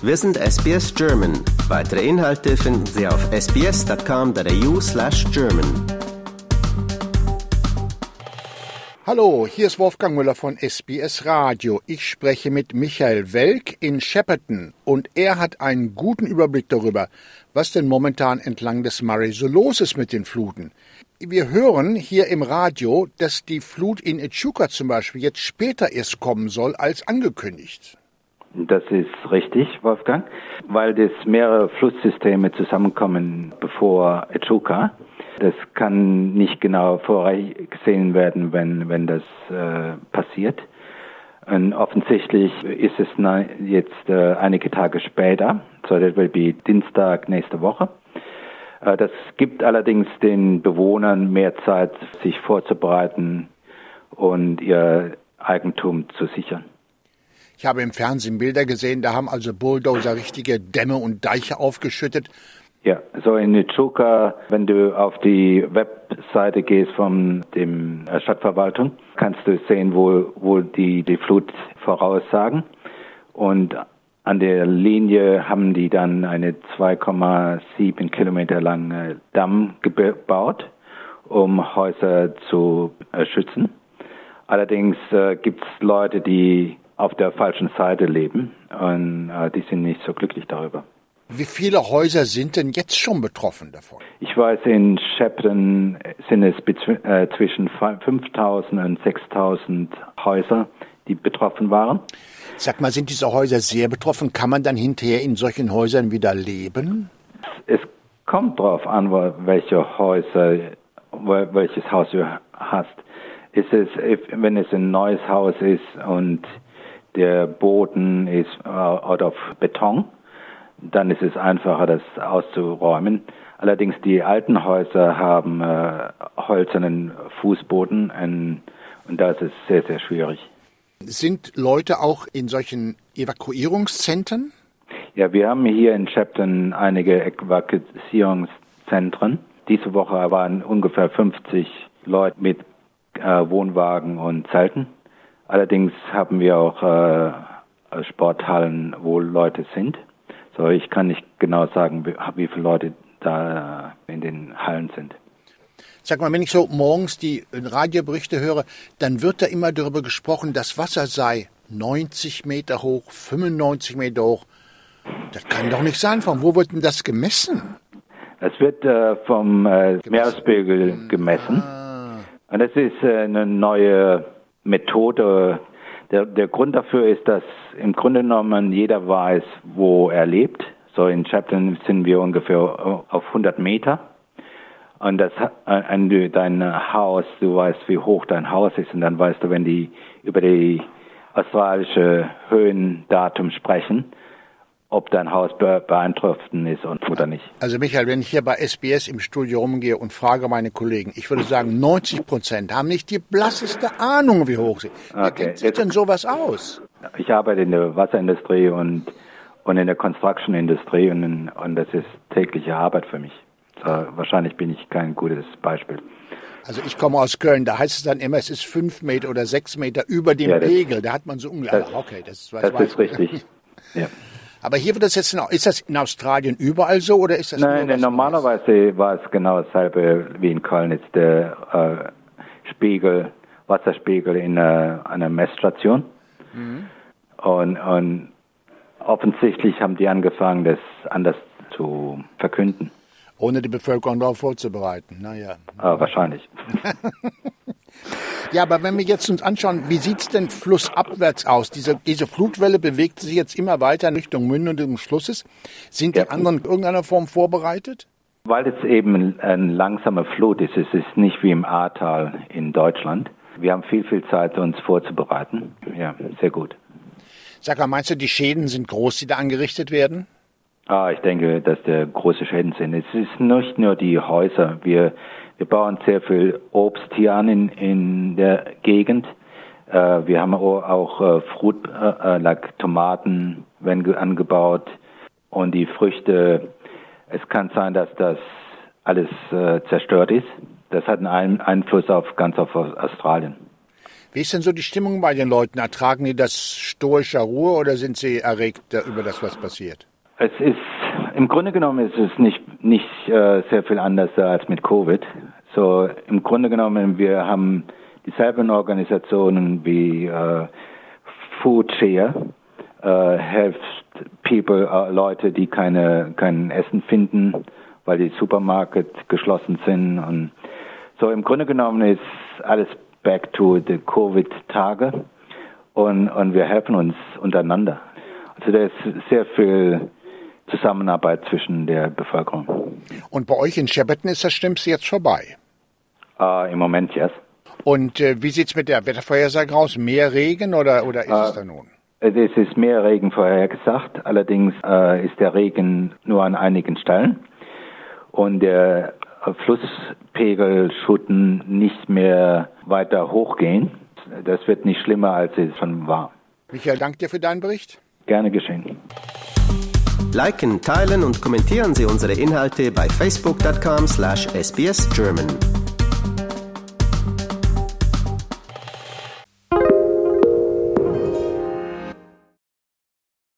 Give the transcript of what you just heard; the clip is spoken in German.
Wir sind SBS German. Weitere Inhalte finden Sie auf sbs.com.au/German. Hallo, hier ist Wolfgang Müller von SBS Radio. Ich spreche mit Michael Welk in Shepparton und er hat einen guten Überblick darüber, was denn momentan entlang des Murray so los ist mit den Fluten. Wir hören hier im Radio, dass die Flut in Echuca zum Beispiel jetzt später erst kommen soll als angekündigt. Das ist richtig, Wolfgang, weil das mehrere Flusssysteme zusammenkommen bevor Echuca. Das kann nicht genau vorhergesehen werden, wenn das passiert. Und offensichtlich ist es jetzt einige Tage später, so das will be Dienstag nächste Woche. Das gibt allerdings den Bewohnern mehr Zeit, sich vorzubereiten und ihr Eigentum zu sichern. Ich habe im Fernsehen Bilder gesehen, da haben also Bulldozer richtige Dämme und Deiche aufgeschüttet. Ja, so in Echuca, wenn du auf die Webseite gehst von dem Stadtverwaltung, kannst du sehen, wo die Flut voraussagen. Und an der Linie haben die dann eine 2,7 Kilometer lange Damm gebaut, um Häuser zu schützen. Allerdings gibt es Leute, die auf der falschen Seite leben und die sind nicht so glücklich darüber. Wie viele Häuser sind denn jetzt schon betroffen davon? Ich weiß, in Shepparton sind es zwischen 5.000 und 6.000 Häuser, die betroffen waren. Sag mal, sind diese Häuser sehr betroffen? Kann man dann hinterher in solchen Häusern wieder leben? Es kommt darauf an, welches Haus du hast. Wenn es ein neues Haus ist und der Boden ist out of Beton, dann ist es einfacher, das auszuräumen. Allerdings die alten Häuser haben hölzernen Fußboden und da ist es sehr, sehr schwierig. Sind Leute auch in solchen Evakuierungszentren? Ja, wir haben hier in Shepparton einige Evakuierungszentren. Diese Woche waren ungefähr 50 Leute mit Wohnwagen und Zelten. Allerdings haben wir auch Sporthallen, wo Leute sind. So, ich kann nicht genau sagen, wie viele Leute da in den Hallen sind. Sag mal, wenn ich so morgens die Radioberichte höre, dann wird da immer darüber gesprochen, das Wasser sei 90 Meter hoch, 95 Meter hoch. Das kann doch nicht sein. Von wo wird denn das gemessen? Es wird vom Meeresspiegel gemessen. Und das ist eine neue Methode. Der Grund dafür ist, dass im Grunde genommen jeder weiß, wo er lebt. So in Shepparton sind wir ungefähr auf 100 Meter. Und dein Haus, du weißt, wie hoch dein Haus ist. Und dann weißt du, wenn die über die australische Höhendatum sprechen, ob dein Haus beeinträchtigt ist oder nicht. Also Michael, wenn ich hier bei SBS im Studio rumgehe und frage meine Kollegen, ich würde sagen, 90% haben nicht die blasseste Ahnung, wie hoch sie sind. Wie kennt sich denn sowas aus? Ich arbeite in der Wasserindustrie und in der Construction-Industrie und das ist tägliche Arbeit für mich. So, wahrscheinlich bin ich kein gutes Beispiel. Also ich komme aus Köln, da heißt es dann immer, es ist 5 Meter oder 6 Meter über dem Pegel. Da hat man so ungefähr. Okay, das ist richtig. Ja. Aber hier wird das jetzt, ist das in Australien überall so oder ist das? Nein, normalerweise war es genau dasselbe wie in Köln. Jetzt der Wasserspiegel in einer Messstation. Mhm. Und offensichtlich haben die angefangen, das anders zu verkünden. Ohne die Bevölkerung darauf vorzubereiten, naja. Wahrscheinlich. Ja, aber wenn wir jetzt uns anschauen, wie sieht's denn flussabwärts aus? Diese Flutwelle bewegt sich jetzt immer weiter in Richtung Mündung des Flusses. Sind die anderen in irgendeiner Form vorbereitet? Weil es eben eine langsame Flut ist, es ist nicht wie im Ahrtal in Deutschland. Wir haben viel Zeit, uns vorzubereiten. Ja, sehr gut. Sag mal, meinst du, die Schäden sind groß, die da angerichtet werden? Ich denke, dass da große Schäden sind. Es ist nicht nur die Häuser. Wir bauen sehr viel Obst hier an in der Gegend. Wir haben auch Fruit, Tomaten werden angebaut und die Früchte. Es kann sein, dass das alles zerstört ist. Das hat einen Einfluss auf Australien. Wie ist denn so die Stimmung bei den Leuten? Ertragen die das stoischer Ruhe oder sind sie erregt über das, was passiert? Es ist, im Grunde genommen ist es nicht sehr viel anders als mit Covid. So, im Grunde genommen, wir haben dieselben Organisationen wie Food Share, helft people, Leute, die kein Essen finden, weil die Supermärkte geschlossen sind. Und so im Grunde genommen ist alles back to the Covid-Tage und wir helfen uns untereinander. Also da ist sehr viel Zusammenarbeit zwischen der Bevölkerung. Und bei euch in Shepparton ist das Schlimmste jetzt vorbei? Im Moment, yes. Und wie sieht's mit der Wettervorhersage aus? Mehr Regen oder ist es da nun? Es ist mehr Regen vorhergesagt. Allerdings ist der Regen nur an einigen Stellen und der Flusspegelschutten nicht mehr weiter hochgehen. Das wird nicht schlimmer, als es schon war. Michael, danke dir für deinen Bericht. Gerne geschehen. Liken, teilen und kommentieren Sie unsere Inhalte bei facebook.com/sbsgerman.